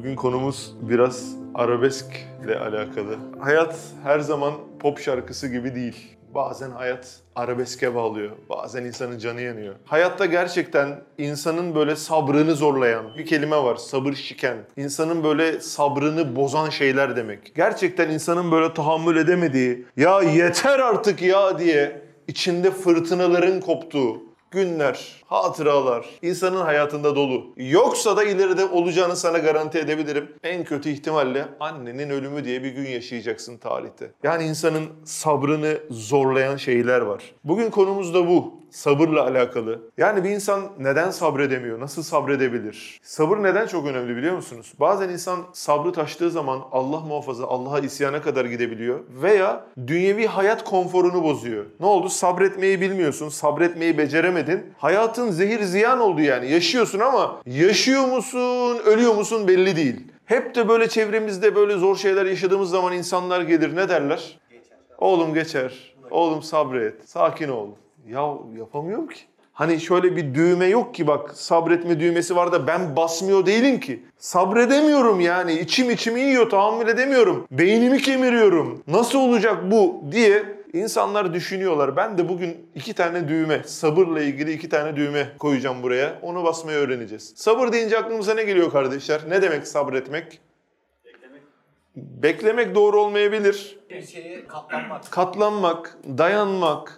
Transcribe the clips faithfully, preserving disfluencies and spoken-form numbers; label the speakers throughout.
Speaker 1: Bugün konumuz biraz arabeskle alakalı. Hayat her zaman pop şarkısı gibi değil. Bazen hayat arabeske bağlıyor. Bazen insanın canı yanıyor. Hayatta gerçekten insanın böyle sabrını zorlayan bir kelime var. Sabır şiken. İnsanın böyle sabrını bozan şeyler demek. Gerçekten insanın böyle tahammül edemediği, ya yeter artık ya diye içinde fırtınaların koptuğu günler, hatıralar insanın hayatında dolu. Yoksa da ileride olacağını sana garanti edebilirim. En kötü ihtimalle annenin ölümü diye bir gün yaşayacaksın tarihte. Yani insanın sabrını zorlayan şeyler var. Bugün konumuz da bu. Sabırla alakalı. Yani bir insan neden sabredemiyor? Nasıl sabredebilir? Sabır neden çok önemli biliyor musunuz? Bazen insan sabrı taştığı zaman Allah muhafaza Allah'a isyana kadar gidebiliyor. Veya dünyevi hayat konforunu bozuyor. Ne oldu? Sabretmeyi bilmiyorsun. Sabretmeyi beceremedin. Hayatın zehir ziyan oldu yani. Yaşıyorsun ama yaşıyor musun, ölüyor musun belli değil. Hep de böyle çevremizde böyle zor şeyler yaşadığımız zaman insanlar gelir. Ne derler? Geçer. Oğlum geçer. Oğlum sabret. Sakin ol. Ya yapamıyorum ki. Hani şöyle bir düğme yok ki bak sabretme düğmesi var da ben basmıyor değilim ki. Sabredemiyorum yani. İçim içimi yiyor, tahammül edemiyorum. Beynimi kemiriyorum. Nasıl olacak bu diye insanlar düşünüyorlar. Ben de bugün iki tane düğme, sabırla ilgili iki tane düğme koyacağım buraya. Onu basmayı öğreneceğiz. Sabır deyince aklımıza ne geliyor kardeşler? Ne demek sabretmek?
Speaker 2: Beklemek.
Speaker 1: Beklemek doğru olmayabilir.
Speaker 2: Bir şeye katlanmak.
Speaker 1: Katlanmak, dayanmak.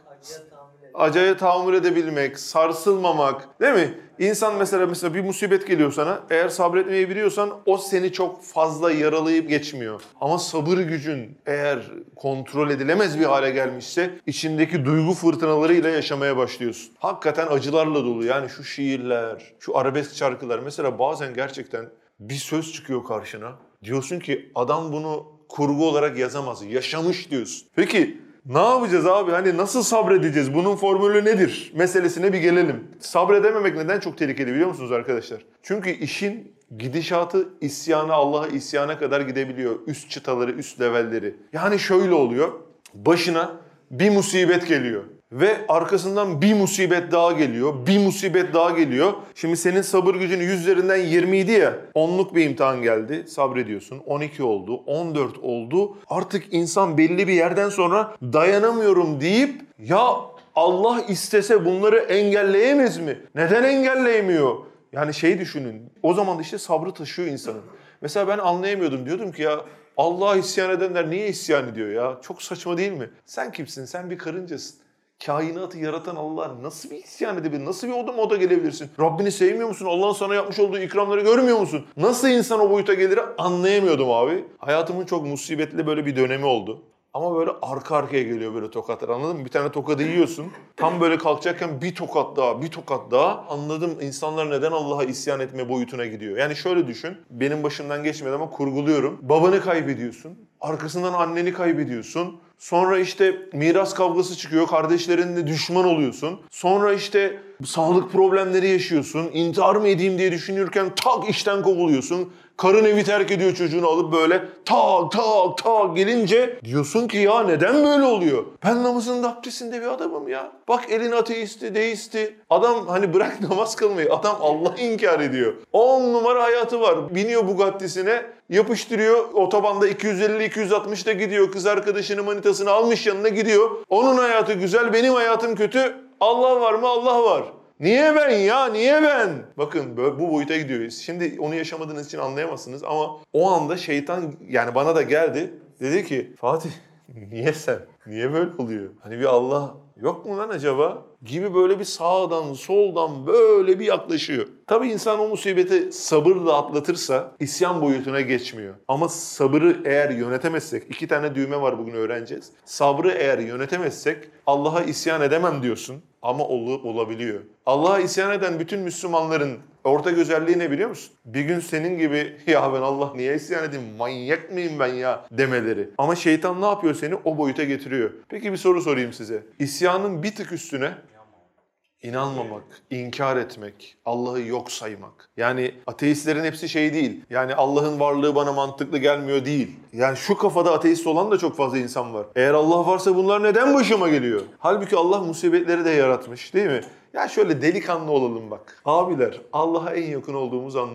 Speaker 1: Acıya tahammül edebilmek, sarsılmamak, değil mi? İnsan mesela mesela bir musibet geliyor sana. Eğer sabretmeyi biliyorsan o seni çok fazla yaralayıp geçmiyor. Ama sabır gücün eğer kontrol edilemez bir hale gelmişse içindeki duygu fırtınalarıyla yaşamaya başlıyorsun. Hakikaten acılarla dolu. Yani şu şiirler, şu arabesk şarkılar mesela bazen gerçekten bir söz çıkıyor karşına. Diyorsun ki adam bunu kurgu olarak yazamaz. Yaşamış diyorsun. Peki ne yapacağız abi? Hani nasıl sabredeceğiz? Bunun formülü nedir? Meselesine bir gelelim. Sabredememek neden çok tehlikeli biliyor musunuz arkadaşlar? Çünkü işin gidişatı isyana, Allah'a isyana kadar gidebiliyor. Üst çıtaları, üst levelleri. Yani şöyle oluyor. Başına bir musibet geliyor. Ve arkasından bir musibet daha geliyor, bir musibet daha geliyor. Şimdi senin sabır gücün yüz üzerinden yirmi idi ya, onluk bir imtihan geldi, sabrediyorsun. on iki oldu, on dört oldu. Artık insan belli bir yerden sonra dayanamıyorum deyip, ya Allah istese bunları engelleyemez mi? Neden engelleyemiyor? Yani şey düşünün, o zaman da işte sabrı taşıyor insanın. Mesela ben anlayamıyordum, diyordum ki ya Allah'a isyan edenler niye isyan ediyor ya? Çok saçma değil mi? Sen kimsin? Sen bir karıncasın. Kainatı yaratan Allah nasıl bir isyan edebilir? Nasıl bir oda moda gelebilirsin? Rabbini sevmiyor musun? Allah'ın sana yapmış olduğu ikramları görmüyor musun? Nasıl insan o boyuta gelir anlayamıyordum abi. Hayatımın çok musibetli böyle bir dönemi oldu. Ama böyle arka arkaya geliyor böyle tokatlar, anladın mı? Bir tane tokadı yiyorsun. Tam böyle kalkacakken bir tokat daha, bir tokat daha. Anladım insanlar neden Allah'a isyan etme boyutuna gidiyor. Yani şöyle düşün. Benim başımdan geçmedi ama kurguluyorum. Babanı kaybediyorsun. Arkasından anneni kaybediyorsun. Sonra işte miras kavgası çıkıyor. Kardeşlerinle düşman oluyorsun. Sonra işte sağlık problemleri yaşıyorsun. İntihar mı edeyim diye düşünürken tak işten kovuluyorsun. Karın evi terk ediyor çocuğunu alıp böyle tak tak tak gelince diyorsun ki ya neden böyle oluyor? Ben namazın abdestinde bir adamım ya. Bak elin ateisti, deisti. Adam hani bırak namaz kılmayı. Adam Allah'ı inkar ediyor. on numara hayatı var. Biniyor Bugatti'sine, yapıştırıyor. Otobanda iki yüz elli iki yüz altmışta gidiyor. Kız arkadaşını manitasını almış yanına gidiyor. Onun hayatı güzel, benim hayatım kötü. Allah var mı? Allah var. Niye ben ya? Niye ben? Bakın bu boyuta gidiyoruz. Şimdi onu yaşamadığınız için anlayamazsınız ama o anda şeytan yani bana da geldi. Dedi ki Fatih niye sen? Niye böyle oluyor? Hani bir Allah yok mu lan acaba? Gibi böyle bir sağdan soldan böyle bir yaklaşıyor. Tabii insan o musibeti sabırla atlatırsa isyan boyutuna geçmiyor. Ama sabırı eğer yönetemezsek, iki tane düğme var bugün öğreneceğiz. Sabrı eğer yönetemezsek Allah'a isyan edemem diyorsun ama ol- olabiliyor. Allah'a isyan eden bütün Müslümanların ortak özelliği ne biliyor musun? Bir gün senin gibi ya ben Allah niye isyan edeyim, manyak mıyım ben ya demeleri. Ama şeytan ne yapıyor seni? O boyuta getiriyor. Peki bir soru sorayım size. İsyanın bir tık üstüne İnanmamak, inkar etmek, Allah'ı yok saymak. Yani ateistlerin hepsi şey değil. Yani Allah'ın varlığı bana mantıklı gelmiyor değil. Yani şu kafada ateist olan da çok fazla insan var. Eğer Allah varsa bunlar neden başıma geliyor? Halbuki Allah musibetleri de yaratmış değil mi? Ya şöyle delikanlı olalım bak. Abiler, Allah'a en yakın olduğumuz anlar.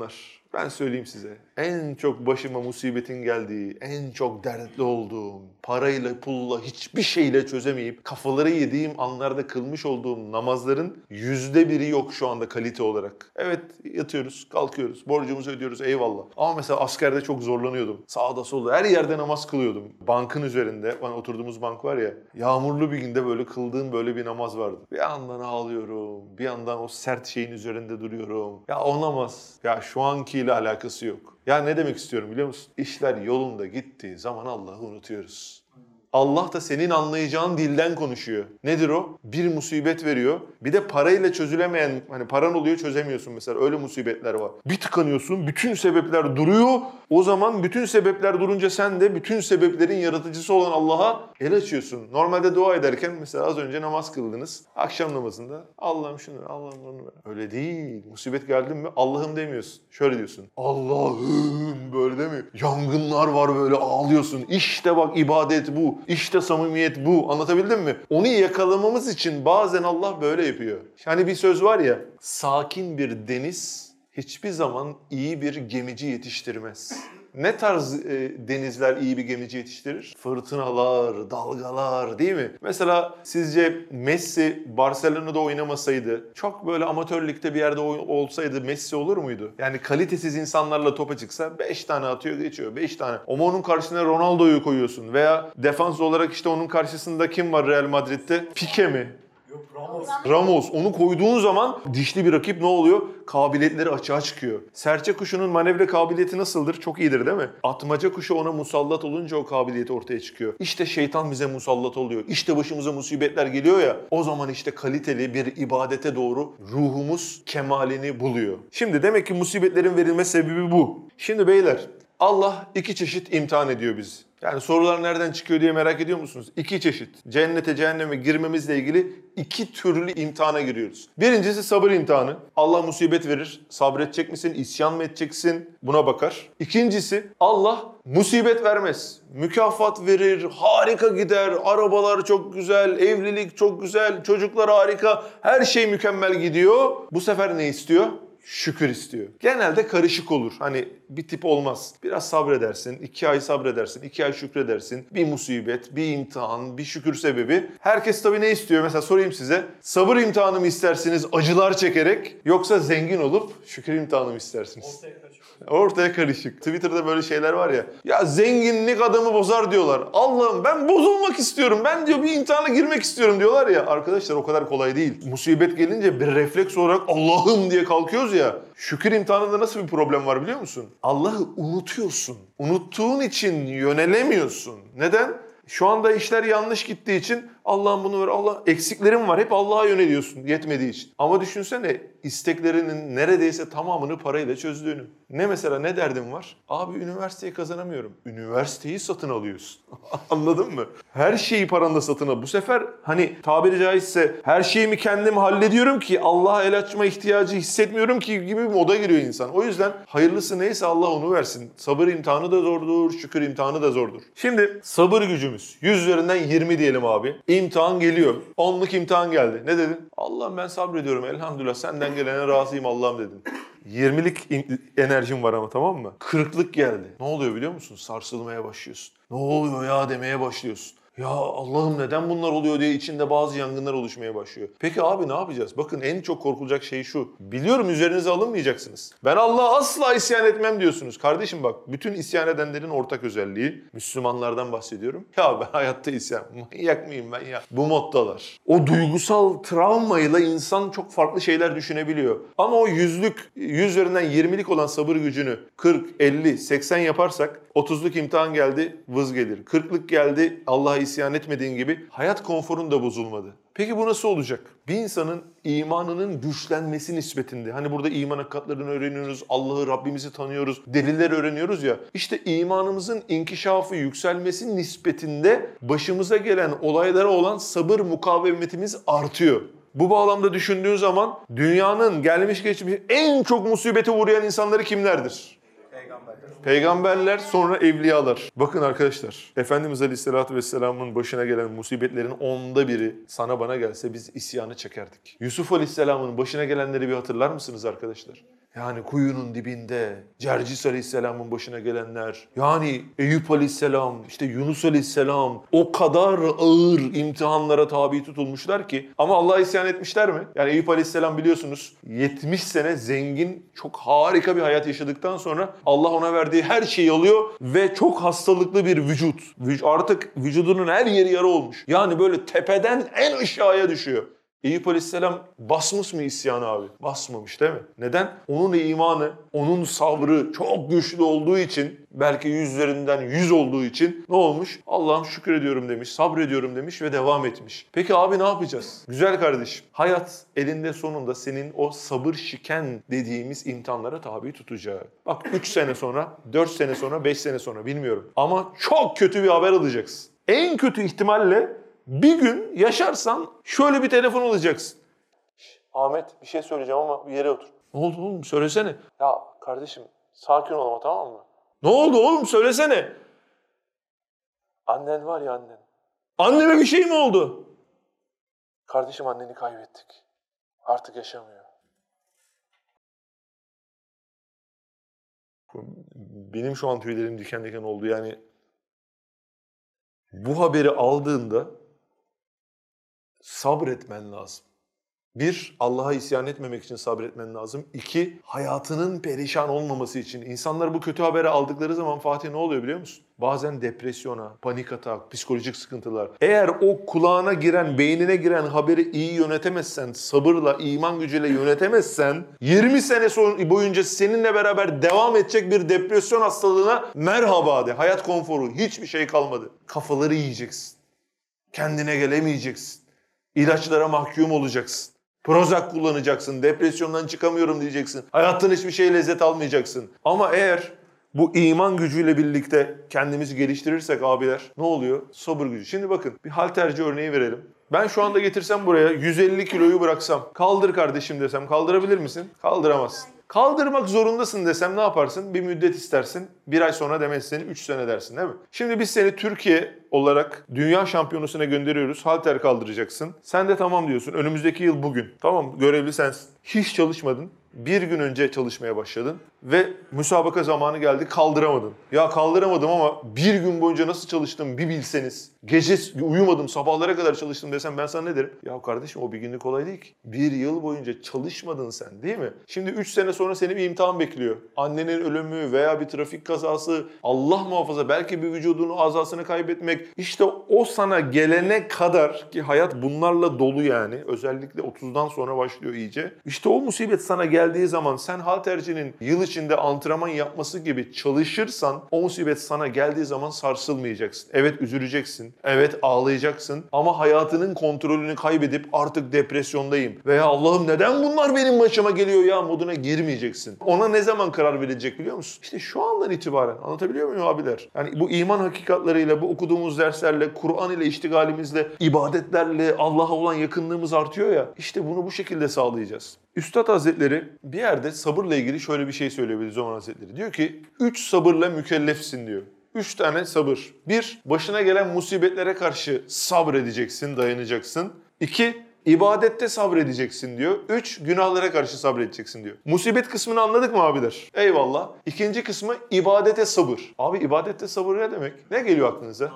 Speaker 1: Ben söyleyeyim size. En çok başıma musibetin geldiği, en çok dertli olduğum, parayla, pulla, hiçbir şeyle çözemeyip kafaları yediğim anlarda kılmış olduğum namazların yüzde biri yok şu anda kalite olarak. Evet, yatıyoruz, kalkıyoruz, borcumuzu ödüyoruz, eyvallah. Ama mesela askerde çok zorlanıyordum. Sağda solda her yerde namaz kılıyordum. Bankın üzerinde, hani oturduğumuz bank var ya, yağmurlu bir günde böyle kıldığım böyle bir namaz vardı. Bir yandan ağlıyorum, bir yandan o sert şeyin üzerinde duruyorum. Ya o namaz, ya şu ankiyle alakası yok. Ya ne demek istiyorum biliyor musun? İşler yolunda gittiği zaman Allah'ı unutuyoruz. Allah da senin anlayacağın dilden konuşuyor. Nedir o? Bir musibet veriyor. Bir de parayla çözülemeyen, hani paran oluyor çözemiyorsun mesela. Öyle musibetler var. Bir tıkanıyorsun, bütün sebepler duruyor. O zaman bütün sebepler durunca sen de bütün sebeplerin yaratıcısı olan Allah'a el açıyorsun. Normalde dua ederken mesela az önce namaz kıldınız. Akşam namazında Allah'ım şunu, Allah'ım bunu ver. Öyle değil. Musibet geldi mi Allah'ım demiyorsun. Şöyle diyorsun. Allah'ım böyle değil mi? Yangınlar var böyle ağlıyorsun. İşte bak ibadet bu. İşte samimiyet bu. Anlatabildim mi? Onu yakalamamız için bazen Allah böyle yapıyor. Hani bir söz var ya. Sakin bir deniz hiçbir zaman iyi bir gemici yetiştirmez. Ne tarz e, denizler iyi bir gemici yetiştirir? Fırtınalar, dalgalar değil mi? Mesela sizce Messi Barcelona'da oynamasaydı, çok böyle amatör ligde bir yerde olsaydı Messi olur muydu? Yani kalitesiz insanlarla topa çıksa beş tane atıyor geçiyor, beş tane. Ama onun karşısına Ronaldo'yu koyuyorsun veya defans olarak işte onun karşısında kim var Real Madrid'de? Pique mi?
Speaker 2: Yok Ramos.
Speaker 1: Ramos. Onu koyduğun zaman dişli bir rakip ne oluyor? Kabiliyetleri açığa çıkıyor. Serçe kuşunun manevra kabiliyeti nasıldır? Çok iyidir değil mi? Atmaca kuşu ona musallat olunca o kabiliyeti ortaya çıkıyor. İşte şeytan bize musallat oluyor. İşte başımıza musibetler geliyor ya. O zaman işte kaliteli bir ibadete doğru ruhumuz kemalini buluyor. Şimdi demek ki musibetlerin verilme sebebi bu. Şimdi beyler Allah iki çeşit imtihan ediyor bizi. Yani sorular nereden çıkıyor diye merak ediyor musunuz? İki çeşit. Cennete, cehenneme girmemizle ilgili iki türlü imtihana giriyoruz. Birincisi sabır imtihanı. Allah musibet verir. Sabredecek misin? İsyan mı edeceksin? Buna bakar. İkincisi Allah musibet vermez. Mükafat verir, harika gider, arabalar çok güzel, evlilik çok güzel, çocuklar harika, her şey mükemmel gidiyor. Bu sefer ne istiyor? Şükür istiyor. Genelde karışık olur. Hani bir tip olmaz. Biraz sabredersin, iki ay sabredersin, iki ay şükredersin. Bir musibet, bir imtihan, bir şükür sebebi. Herkes tabii ne istiyor? Mesela sorayım size. Sabır imtihanı mı istersiniz acılar çekerek yoksa zengin olup şükür imtihanı mı istersiniz?
Speaker 2: Ortaya kaçıyor.
Speaker 1: Ortaya karışık. Twitter'da böyle şeyler var ya. Ya zenginlik adamı bozar diyorlar. Allah'ım ben bozulmak istiyorum. Ben diyor bir imtihana girmek istiyorum diyorlar ya. Arkadaşlar o kadar kolay değil. Musibet gelince bir refleks olarak Allah'ım diye kalkıyoruz ya. Şükür imtihanında nasıl bir problem var biliyor musun? Allah'ı unutuyorsun. Unuttuğun için yönelemiyorsun. Neden? Şu anda işler yanlış gittiği için Allah'ım bunu ver, Allah eksiklerim var. Hep Allah'a yöneliyorsun yetmediği için. Ama düşünsene isteklerinin neredeyse tamamını parayla çözdüğünü. Ne mesela ne derdin var? Abi üniversiteyi kazanamıyorum. Üniversiteyi satın alıyorsun. Anladın mı? Her şeyi paranla satın al. Bu sefer hani tabiri caizse her şeyimi kendim hallediyorum ki Allah'a el açma ihtiyacı hissetmiyorum ki gibi bir moda giriyor insan. O yüzden hayırlısı neyse Allah onu versin. Sabır imtihanı da zordur, şükür imtihanı da zordur. Şimdi sabır gücümüz. yüz üzerinden yirmi diyelim abi. İmtihan geliyor. onluk imtihan geldi. Ne dedin? Allah'ım ben sabrediyorum elhamdülillah senden gelene razıyım Allah'ım dedin. yirmilik enerjim var ama tamam mı? kırklık geldi. Ne oluyor biliyor musun? Sarsılmaya başlıyorsun. Ne oluyor ya demeye başlıyorsun. Ya Allah'ım neden bunlar oluyor diye içinde bazı yangınlar oluşmaya başlıyor. Peki abi ne yapacağız? Bakın en çok korkulacak şey şu. Biliyorum üzerinize alınmayacaksınız. Ben Allah'a asla isyan etmem diyorsunuz. Kardeşim bak bütün isyan edenlerin ortak özelliği Müslümanlardan bahsediyorum. Ya ben hayatta isyan. Manyak mıyım ben ya? Bu moddalar. O duygusal travmayla insan çok farklı şeyler düşünebiliyor. Ama o yüzlük, yüz üzerinden yirmilik olan sabır gücünü kırk, elli, seksen yaparsak otuzluk imtihan geldi vız gelir. kırklık geldi Allah'a isyan etmediğin gibi hayat konforun da bozulmadı. Peki bu nasıl olacak? Bir insanın imanının güçlenmesi nispetinde. Hani burada iman hakikatlerini öğreniyoruz, Allah'ı, Rabbimizi tanıyoruz, deliller öğreniyoruz ya. İşte imanımızın inkişafı, yükselmesi nispetinde başımıza gelen olaylara olan sabır mukavemetimiz artıyor. Bu bağlamda düşündüğün zaman dünyanın gelmiş geçmiş en çok musibete uğrayan insanları kimlerdir?
Speaker 2: Peygamberler.
Speaker 1: Peygamberler sonra evliyalar. Bakın arkadaşlar Efendimiz Aleyhisselatü Vesselam'ın başına gelen musibetlerin onda biri sana bana gelse biz isyanı çekerdik. Yusuf Aleyhisselam'ın başına gelenleri bir hatırlar mısınız arkadaşlar? Yani kuyunun dibinde Cercis Aleyhisselam'ın başına gelenler, yani Eyüp Aleyhisselam, işte Yunus Aleyhisselam o kadar ağır imtihanlara tabi tutulmuşlar ki, ama Allah'a isyan etmişler mi? Yani Eyüp Aleyhisselam biliyorsunuz yetmiş sene zengin, çok harika bir hayat yaşadıktan sonra Allah ona verdiği her şeyi alıyor ve çok hastalıklı bir vücut. Artık vücudunun her yeri yara olmuş. Yani böyle tepeden en aşağıya düşüyor. Eyüp Aleyhisselam basmış mı isyanı abi? Basmamış değil mi? Neden? Onun imanı, onun sabrı çok güçlü olduğu için, belki yüzlerinden yüz olduğu için ne olmuş? Allah'ım şükrediyorum demiş, sabrediyorum demiş ve devam etmiş. Peki abi ne yapacağız? Güzel kardeşim, hayat elinde sonunda senin o sabır şiken dediğimiz imtihanlara tabi tutacak. Bak üç sene sonra, dört sene sonra, beş sene sonra bilmiyorum. Ama çok kötü bir haber alacaksın. En kötü ihtimalle bir gün yaşarsan şöyle bir telefon alacaksın. Ahmet bir şey söyleyeceğim ama bir yere otur. Ne oldu oğlum söylesene. Ya kardeşim sakin ol ama, tamam mı? Ne oldu oğlum söylesene. Annen var ya, annen. Anneme bir şey mi oldu? Kardeşim anneni kaybettik. Artık yaşamıyor. Benim şu an tüylerim diken diken oldu yani. Bu haberi aldığında sabretmen lazım. Bir, Allah'a isyan etmemek için sabretmen lazım. İki, hayatının perişan olmaması için. İnsanlar bu kötü haberi aldıkları zaman Fatih ne oluyor biliyor musun? Bazen depresyona, panik atak, psikolojik sıkıntılar. Eğer o kulağına giren, beynine giren haberi iyi yönetemezsen, sabırla, iman gücüyle yönetemezsen, yirmi sene sonra boyunca seninle beraber devam edecek bir depresyon hastalığına merhaba de. Hayat konforu, hiçbir şey kalmadı. Kafaları yiyeceksin. Kendine gelemeyeceksin. İlaçlara mahkum olacaksın. Prozac kullanacaksın. Depresyondan çıkamıyorum diyeceksin. Hayattan hiçbir şey lezzet almayacaksın. Ama eğer bu iman gücüyle birlikte kendimizi geliştirirsek abiler ne oluyor? Sabır gücü. Şimdi bakın bir halterci örneği verelim. Ben şu anda getirsem buraya yüz elli kiloyu bıraksam, kaldır kardeşim desem kaldırabilir misin? Kaldıramazsın. Kaldırmak zorundasın desem ne yaparsın? Bir müddet istersin. Bir ay sonra demezsin, üç sene dersin değil mi? Şimdi biz seni Türkiye olarak dünya şampiyonasına gönderiyoruz. Halter kaldıracaksın. Sen de tamam diyorsun. Önümüzdeki yıl bugün. Tamam, görevli sensin. Hiç çalışmadın. Bir gün önce çalışmaya başladın ve müsabaka zamanı geldi, kaldıramadın. Ya kaldıramadım ama bir gün boyunca nasıl çalıştım bir bilseniz. Gece uyumadım, sabahlara kadar çalıştım desem ben sana ne derim? Ya kardeşim o bir günlük olay değil ki. Bir yıl boyunca çalışmadın sen değil mi? Şimdi üç sene sonra seni bir imtihan bekliyor. Annenin ölümü veya bir trafik kazası, Allah muhafaza belki bir vücudunu, azasını kaybetmek. İşte o sana gelene kadar ki hayat bunlarla dolu yani. Özellikle otuzdan sonra başlıyor iyice. İşte o musibet sana geldiği zaman sen haltercinin yıl içinde antrenman yapması gibi çalışırsan o musibet sana geldiği zaman sarsılmayacaksın. Evet üzüleceksin. Evet ağlayacaksın. Ama hayatının kontrolünü kaybedip artık depresyondayım veya Allah'ım neden bunlar benim başıma geliyor ya moduna girmeyeceksin. Ona ne zaman karar verilecek biliyor musun? İşte şu andan itibaren. Anlatabiliyor muyum abiler? Yani bu iman hakikatlarıyla, bu okuduğumuz derslerle, Kur'an ile iştigalimizle, ibadetlerle Allah'a olan yakınlığımız artıyor ya. İşte bunu bu şekilde sağlayacağız. Üstad Hazretleri bir yerde sabırla ilgili şöyle bir şey söylüyor Bediüzzaman Hazretleri. Diyor ki, üç sabırla mükellefsin diyor. Üç tane sabır. Bir, başına gelen musibetlere karşı sabredeceksin, dayanacaksın. İki, ibadette sabredeceksin diyor. Üç, günahlara karşı sabredeceksin diyor. Musibet kısmını anladık mı abiler? Eyvallah. İkinci kısmı ibadete sabır. Abi ibadette sabır ne demek? Ne geliyor aklınıza?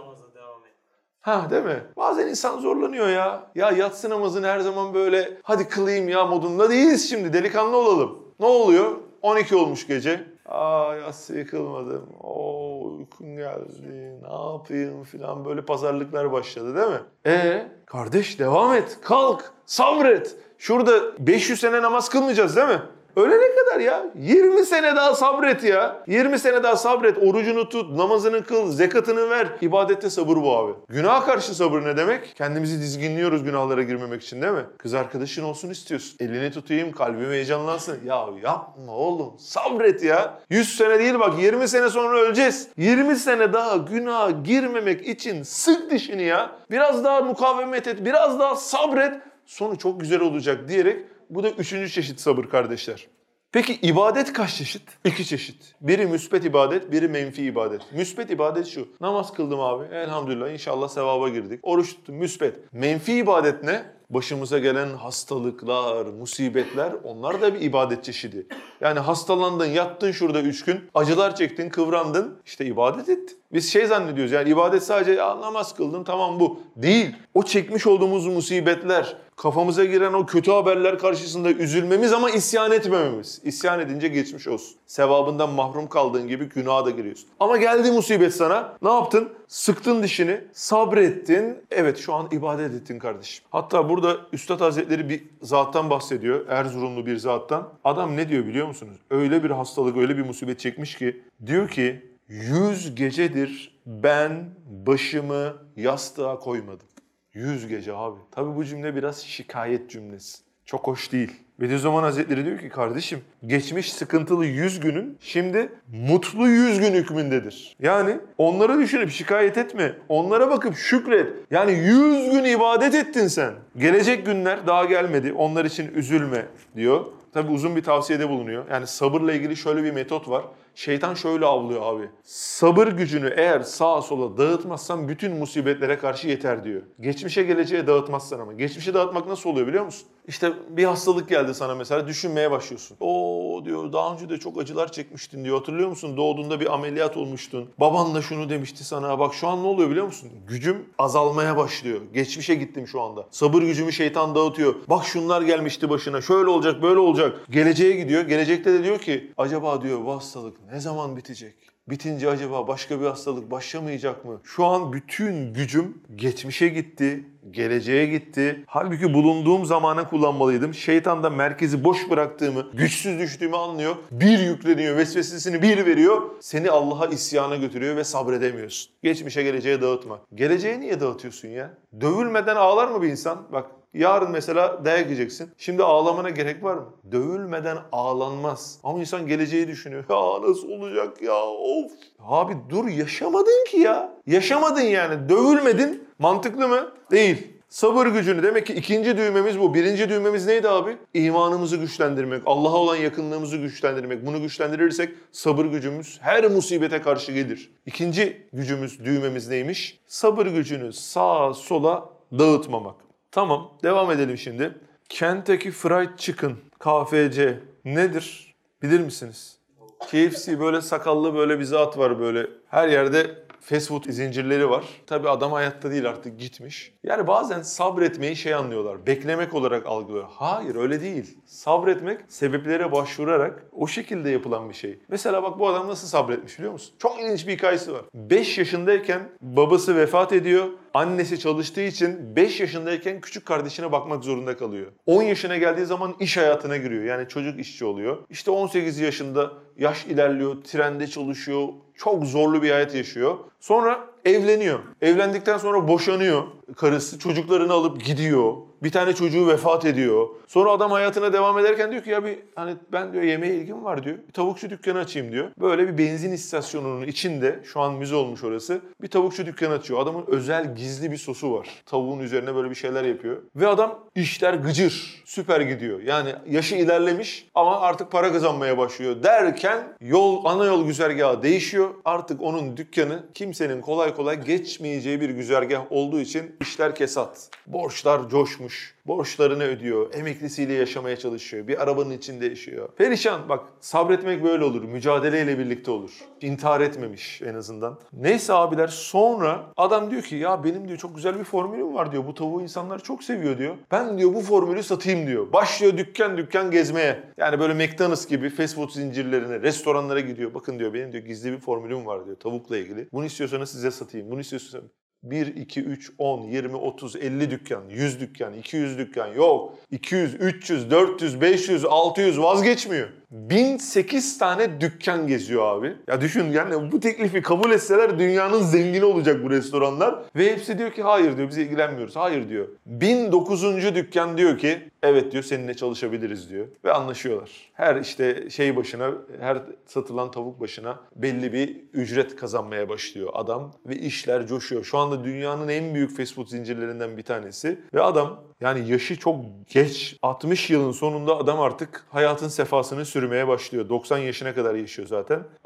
Speaker 1: Ha değil mi? Bazen insan zorlanıyor ya. Ya yatsı namazını her zaman böyle hadi kılayım ya modunda değiliz şimdi. Delikanlı olalım. Ne oluyor? on iki olmuş gece. Aa yatsıyı kılmadım. Oo uykum geldi. Ne yapayım filan böyle pazarlıklar başladı değil mi? Ee kardeş devam et. Kalk. Sabret. Şurada beş yüz sene namaz kılmayacağız değil mi? Ölene kadar ya. yirmi sene daha sabret ya. yirmi sene daha sabret. Orucunu tut, namazını kıl, zekatını ver. İbadette sabır bu abi. Günaha karşı sabır ne demek? Kendimizi dizginliyoruz günahlara girmemek için değil mi? Kız arkadaşın olsun istiyorsun. Elini tutayım, kalbim heyecanlansın. Ya yapma oğlum. Sabret ya. yüz sene değil bak yirmi sene sonra öleceğiz. yirmi sene daha günaha girmemek için sık dişini ya. Biraz daha mukavemet et, biraz daha sabret. Sonu çok güzel olacak diyerek bu da üçüncü çeşit sabır kardeşler. Peki ibadet kaç çeşit? İki çeşit. Biri müsbet ibadet, biri menfi ibadet. Müsbet ibadet şu. Namaz kıldım abi. Elhamdülillah inşallah sevaba girdik. Oruç tuttum. Müsbet. Menfi ibadet ne? başımıza gelen hastalıklar, musibetler, onlar da bir ibadet çeşidi. Yani hastalandın, yattın şurada üç gün, acılar çektin, kıvrandın, işte ibadet ettin. Biz şey zannediyoruz yani ibadet sadece ya namaz kıldın tamam bu. Değil. O çekmiş olduğumuz musibetler, kafamıza giren o kötü haberler karşısında üzülmemiz ama isyan etmememiz. İsyan edince geçmiş olsun. Sevabından mahrum kaldığın gibi günaha da giriyorsun. Ama geldi musibet sana. Ne yaptın? Sıktın dişini, sabrettin. Evet şu an ibadet ettin kardeşim. Hatta burada Üstad Hazretleri bir zattan bahsediyor. Erzurumlu bir zattan. Adam ne diyor biliyor musunuz? Öyle bir hastalık, öyle bir musibet çekmiş ki. Diyor ki yüz gecedir ben başımı yastığa koymadım. Yüz gece abi. Tabii bu cümle biraz şikayet cümlesi. Çok hoş değil. Bediüzzaman Hazretleri diyor ki kardeşim geçmiş sıkıntılı yüz günün şimdi mutlu yüz gün hükmündedir. Yani onlara düşünüp şikayet etme. Onlara bakıp şükret. Yani yüz gün ibadet ettin sen. Gelecek günler daha gelmedi. Onlar için üzülme diyor. Tabii uzun bir tavsiyede bulunuyor. Yani sabırla ilgili şöyle bir metot var. Şeytan şöyle avlıyor abi. Sabır gücünü eğer sağa sola dağıtmazsan bütün musibetlere karşı yeter diyor. Geçmişe geleceğe dağıtmazsan ama. Geçmişe dağıtmak nasıl oluyor biliyor musun? İşte bir hastalık geldi sana mesela düşünmeye başlıyorsun. Oo diyor daha önce de çok acılar çekmiştin diyor. Hatırlıyor musun? Doğduğunda bir ameliyat olmuştun. Baban da şunu demişti sana. Bak şu an ne oluyor biliyor musun? Gücüm azalmaya başlıyor. Geçmişe gittim şu anda. Sabır gücümü şeytan dağıtıyor. Bak şunlar gelmişti başına. Şöyle olacak böyle olacak. Geleceğe gidiyor. Gelecekte de diyor ki acaba diyor bu hastalık ne zaman bitecek? Bitince acaba başka bir hastalık başlamayacak mı? Şu an bütün gücüm geçmişe gitti, geleceğe gitti. Halbuki bulunduğum zamana kullanmalıydım. Şeytan da merkezi boş bıraktığımı, güçsüz düştüğümü anlıyor. Bir yükleniyor, vesvesesini bir veriyor. Seni Allah'a isyana götürüyor ve sabredemiyorsun. Geçmişe geleceğe dağıtma. Geleceğe niye dağıtıyorsun ya? Dövülmeden ağlar mı bir insan? Bak yarın mesela dayak yiyeceksin. Şimdi ağlamana gerek var mı? Dövülmeden ağlanmaz. Ama insan geleceği düşünüyor. Ya nasıl olacak ya of. Abi dur yaşamadın ki ya. Yaşamadın yani. Dövülmedin. Mantıklı mı? Değil. Sabır gücünü demek ki ikinci düğmemiz bu. Birinci düğmemiz neydi abi? İmanımızı güçlendirmek. Allah'a olan yakınlığımızı güçlendirmek. Bunu güçlendirirsek sabır gücümüz her musibete karşı gelir. İkinci gücümüz, düğmemiz neymiş? Sabır gücünü sağa sola dağıtmamak. Tamam, devam edelim şimdi. Kentucky Fried Chicken, K F C nedir? Bilir misiniz? K F C böyle sakallı böyle bir zat var böyle. Her yerde fast food zincirleri var. Tabii adam hayatta değil artık gitmiş. Yani bazen sabretmeyi şey anlıyorlar. Beklemek olarak algılıyor. Hayır öyle değil. Sabretmek sebeplere başvurarak o şekilde yapılan bir şey. Mesela bak bu adam nasıl sabretmiş biliyor musun? Çok ilginç bir hikayesi var. beş yaşındayken babası vefat ediyor. Annesi çalıştığı için beş yaşındayken küçük kardeşine bakmak zorunda kalıyor. on yaşına geldiği zaman iş hayatına giriyor. Yani çocuk işçi oluyor. İşte on sekiz yaşında yaş ilerliyor, trende çalışıyor. Çok zorlu bir hayat yaşıyor. Sonra evleniyor. Evlendikten sonra boşanıyor. Karısı çocuklarını alıp gidiyor. Bir tane çocuğu vefat ediyor. Sonra adam hayatına devam ederken diyor ki ya bir hani ben diyor yemeğe ilgim var diyor. Bir tavukçu dükkanı açayım diyor. Böyle bir benzin istasyonunun içinde şu an müze olmuş orası. Bir tavukçu dükkanı açıyor. Adamın özel gizli bir sosu var. Tavuğun üzerine böyle bir şeyler yapıyor. Ve adam işler gıcır. Süper gidiyor. Yani yaşı ilerlemiş ama artık para kazanmaya başlıyor derken yol ana yol güzergahı değişiyor. Artık onun dükkanı kimsenin kolay kolay geçmeyeceği bir güzergah olduğu için işler kesat. Borçlar coşmuş. Borçlarını ödüyor. Emeklisiyle yaşamaya çalışıyor. Bir arabanın içinde yaşıyor. Perişan. Bak sabretmek böyle olur. Mücadeleyle birlikte olur. İntihar etmemiş en azından. Neyse abiler sonra adam diyor ki ya benim diyor çok güzel bir formülüm var diyor. Bu tavuğu insanlar çok seviyor diyor. Ben diyor bu formülü satayım diyor. Başlıyor dükkan dükkan gezmeye. Yani böyle McDonald's gibi fast food zincirlerine, restoranlara gidiyor. Bakın diyor benim diyor gizli bir formülüm var diyor tavukla ilgili. Bunu istiyorsanız size satayım. Bunu istiyorsanız bir, iki, üç, on, yirmi, otuz, elli dükkan, yüz dükkan, iki yüz dükkan yok. iki yüz, üç yüz, dört yüz, beş yüz, altı yüz vazgeçmiyor. bin sekiz tane dükkan geziyor abi. Ya düşün yani bu teklifi kabul etseler dünyanın zengini olacak bu restoranlar. Ve hepsi diyor ki hayır diyor biz ilgilenmiyoruz. Hayır diyor. bin dokuzuncu dükkan diyor ki evet diyor seninle çalışabiliriz diyor. Ve anlaşıyorlar. Her işte şey başına, her satılan tavuk başına belli bir ücret kazanmaya başlıyor adam. Ve işler coşuyor. Şu anda dünyanın en büyük fast food zincirlerinden bir tanesi. Ve adam yani yaşı çok geç. altmış yılın sonunda adam artık hayatın sefasını sürmeye başlıyor. doksan yaşına kadar yaşıyor zaten. Ama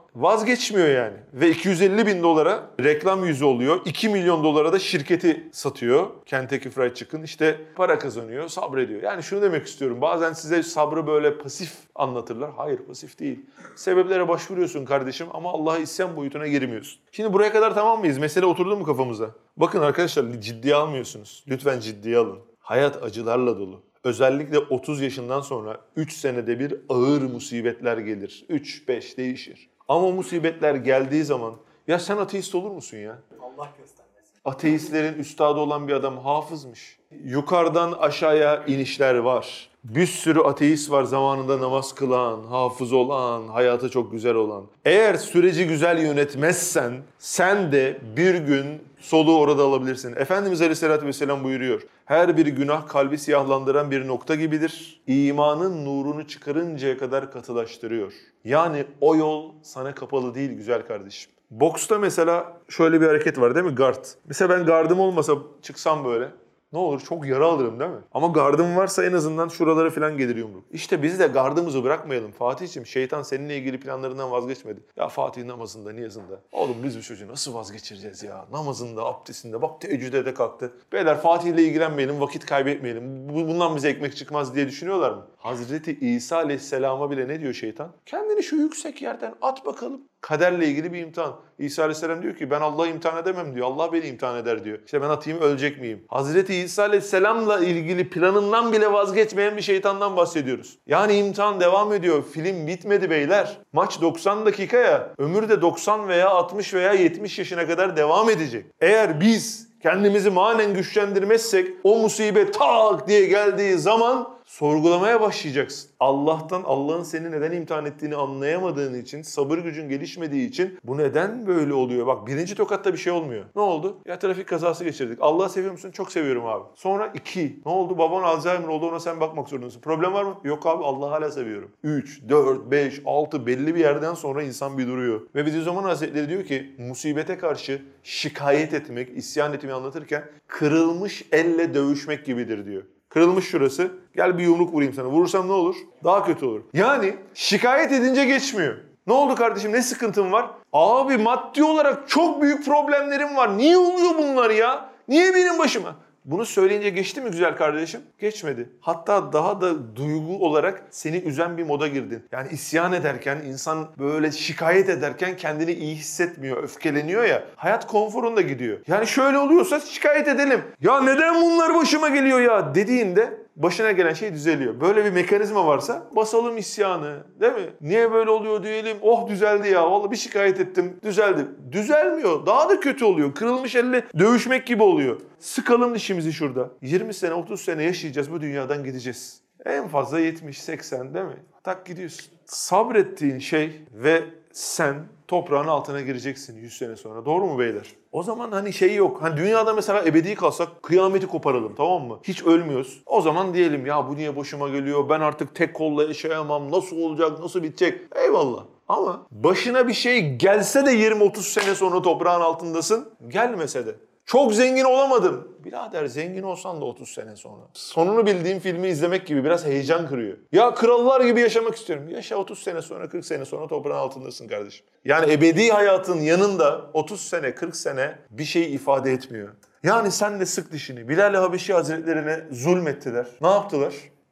Speaker 1: vazgeçmiyor yani. Ve iki yüz elli bin dolara reklam yüzü oluyor. iki milyon dolara da şirketi satıyor. Kentucky Fried Chicken. İşte para kazanıyor, sabrediyor. Yani şunu demek istiyorum. Bazen size sabrı böyle pasif anlatırlar. Hayır, pasif değil. Sebeplere başvuruyorsun kardeşim ama Allah'a isyan boyutuna girmiyorsun. Şimdi buraya kadar tamam mıyız? Mesele oturdu mu kafamıza? Bakın arkadaşlar, ciddiye almıyorsunuz. Lütfen ciddiye alın. Hayat acılarla dolu. Özellikle otuz yaşından sonra üç senede bir ağır musibetler gelir. üç beş değişir. Ama musibetler geldiği zaman ya sen ateist olur musun ya?
Speaker 2: Allah göstermesin.
Speaker 1: Ateistlerin üstadı olan bir adam hafızmış. Yukarıdan aşağıya inişler var. Bir sürü ateist var zamanında namaz kılan, hafız olan, hayatı çok güzel olan. Eğer süreci güzel yönetmezsen sen de bir gün soluğu orada alabilirsin. Efendimiz Aleyhisselatü Vesselam buyuruyor. Her bir günah kalbi siyahlandıran bir nokta gibidir. İmanın nurunu çıkarıncaya kadar katılaştırıyor. Yani o yol sana kapalı değil güzel kardeşim. Boksta mesela şöyle bir hareket var değil mi? Guard. Mesela ben gardım olmasa çıksam böyle. Ne olur çok yara alırım değil mi? Ama gardım varsa en azından şuralara falan gelir yumruk. İşte biz de gardımızı bırakmayalım. Fatih'ciğim şeytan seninle ilgili planlarından vazgeçmedi. Ya Fatih namazında, niyazında. Oğlum biz bu çocuğu nasıl vazgeçireceğiz ya? Namazında, abdestinde, bak teheccüde de kalktı. Beyler Fatih'le ilgilenmeyelim, vakit kaybetmeyelim. Bundan bize ekmek çıkmaz diye düşünüyorlar mı? Hazreti İsa Aleyhisselam'a bile ne diyor şeytan? Kendini şu yüksek yerden at bakalım. Kaderle ilgili bir imtihan. İsa Aleyhisselam diyor ki ben Allah'ı imtihan edemem diyor. Allah beni imtihan eder diyor. İşte ben atayım ölecek miyim? Hazreti İsa Aleyhisselam'la ilgili planından bile vazgeçmeyen bir şeytandan bahsediyoruz. Yani imtihan devam ediyor. Film bitmedi beyler. Maç doksan dakika ya. Ömür de doksan veya altmış veya yetmiş yaşına kadar devam edecek. Eğer biz kendimizi manen güçlendirmezsek o musibet tak diye geldiği zaman sorgulamaya başlayacaksın. Allah'tan, Allah'ın seni neden imtihan ettiğini anlayamadığın için, sabır gücün gelişmediği için bu neden böyle oluyor? Bak birinci tokatta bir şey olmuyor. Ne oldu? Ya trafik kazası geçirdik. Allah'ı seviyor musun? Çok seviyorum abi. Sonra iki. Ne oldu? Baban Alzheimer oldu, ona sen bakmak zorundasın. Problem var mı? Yok abi, Allah'ı hala seviyorum. Üç, dört, beş, altı belli bir yerden sonra insan bir duruyor. Ve Bediüzzaman Hazretleri diyor ki musibete karşı şikayet etmek, isyan etmeyi anlatırken kırılmış elle dövüşmek gibidir diyor. Kırılmış şurası. Gel bir yumruk vurayım sana. Vurursam ne olur? Daha kötü olur. Yani şikayet edince geçmiyor. Ne oldu kardeşim? Ne sıkıntın var? Abi maddi olarak çok büyük problemlerim var. Niye oluyor bunlar ya? Niye benim başıma? Bunu söyleyince geçti mi güzel kardeşim? Geçmedi. Hatta daha da duygu olarak seni üzen bir moda girdin. Yani isyan ederken, insan böyle şikayet ederken kendini iyi hissetmiyor, öfkeleniyor ya. Hayat konforunda gidiyor. Yani şöyle oluyorsa şikayet edelim. Ya neden bunlar başıma geliyor ya dediğinde başına gelen şey düzeliyor. Böyle bir mekanizma varsa basalım isyanı, değil mi? Niye böyle oluyor diyelim. Oh düzeldi ya. Vallahi bir şikayet ettim, düzeldi. Düzelmiyor. Daha da kötü oluyor. Kırılmış elle dövüşmek gibi oluyor. Sıkalım dişimizi şurada. yirmi sene, otuz sene yaşayacağız, bu dünyadan gideceğiz. En fazla yetmiş, seksen değil mi? Tak gidiyorsun. Sabrettiğin şey ve sen toprağın altına gireceksin yüz sene sonra. Doğru mu beyler? O zaman hani şey yok. Hani dünyada mesela ebedi kalsak kıyameti koparalım, tamam mı? Hiç ölmüyoruz. O zaman diyelim ya bu niye başıma geliyor? Ben artık tek kolla yaşayamam. Nasıl olacak? Nasıl bitecek? Eyvallah. Ama başına bir şey gelse de yirmi otuz sene sonra toprağın altındasın. Gelmese de. Çok zengin olamadım. Birader zengin olsan da otuz sene sonra. Sonunu bildiğim filmi izlemek gibi biraz heyecan kırıyor. Ya krallar gibi yaşamak istiyorum. Yaşa otuz sene sonra, kırk sene sonra toprağın altındasın kardeşim. Yani ebedi hayatın yanında otuz sene, kırk sene bir şey ifade etmiyor. Yani sen de sık dişini. Bilal-i Habeşi Hazretlerine zulmettiler. Ne yaptılar?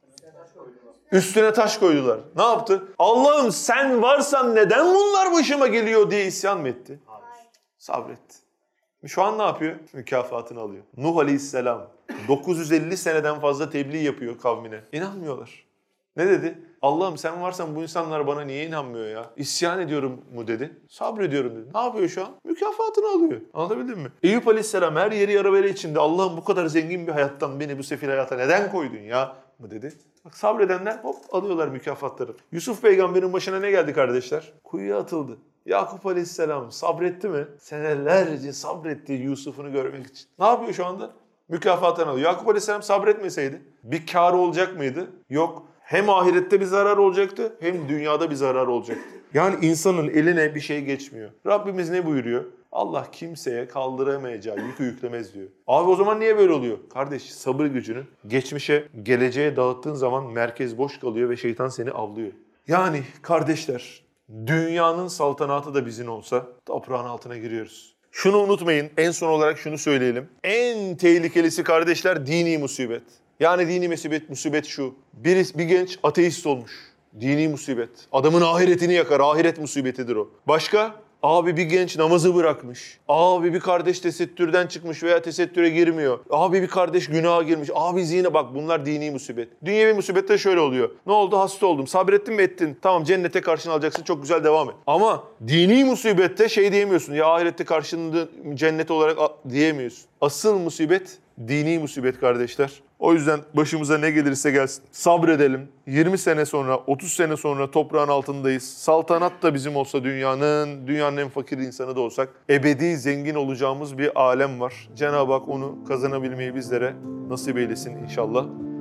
Speaker 1: Üstüne taş koydular. Ne yaptı? Allah'ım sen varsan neden bunlar başıma geliyor diye isyan mı etti? Sabretti. Şu an ne yapıyor? Mükafatını alıyor. Nuh Aleyhisselam dokuz yüz elli seneden fazla tebliğ yapıyor kavmine. İnanmıyorlar. Ne dedi? Allah'ım sen varsan bu insanlar bana niye inanmıyor ya? İsyan ediyorum mu dedi. Sabrediyorum dedi. Ne yapıyor şu an? Mükafatını alıyor. Anlatabildim mi? Eyüp Aleyhisselam her yeri yara bere içinde. Allah'ım bu kadar zengin bir hayattan beni bu sefil hayata neden koydun ya? Mı dedi. Bak sabredenler hop alıyorlar mükafatları. Yusuf peygamberin başına ne geldi kardeşler? Kuyuya atıldı. Yakup Aleyhisselam sabretti mi? Senelerce sabretti Yusuf'unu görmek için. Ne yapıyor şu anda? Mükafatını alıyor. Yakup Aleyhisselam sabretmeseydi bir kârı olacak mıydı? Yok. Hem ahirette bir zarar olacaktı hem dünyada bir zarar olacaktı. Yani insanın eline bir şey geçmiyor. Rabbimiz ne buyuruyor? Allah kimseye kaldıramayacağı yükü yüklemez diyor. Abi o zaman niye böyle oluyor? Kardeş sabır gücünü geçmişe, geleceğe dağıttığın zaman merkez boş kalıyor ve şeytan seni avlıyor. Yani kardeşler Dünyanın saltanatı da bizim olsa toprağın altına giriyoruz. Şunu unutmayın, en son olarak şunu söyleyelim. En tehlikelisi kardeşler dini musibet. Yani dini musibet, musibet şu. Bir, bir genç ateist olmuş. Dini musibet. Adamın ahiretini yakar, ahiret musibetidir o. Başka? Abi bir genç namazı bırakmış. Abi bir kardeş tesettürden çıkmış veya tesettüre girmiyor. Abi bir kardeş günaha girmiş. Abi zina, bak bunlar dini musibet. Dünyevi musibet de şöyle oluyor. Ne oldu? Hasta oldum. Sabrettin mi ettin? Tamam, cennete karşını alacaksın. Çok güzel, devam et. Ama dini musibette şey diyemiyorsun. Ya ahirette karşını cennet olarak diyemiyorsun. Asıl musibet dini musibet kardeşler. O yüzden başımıza ne gelirse gelsin sabredelim. yirmi sene sonra, otuz sene sonra toprağın altındayız. Saltanat da bizim olsa dünyanın, dünyanın en fakir insanı da olsak ebedi zengin olacağımız bir alem var. Cenab-ı Hak onu kazanabilmeyi bizlere nasip eylesin inşallah.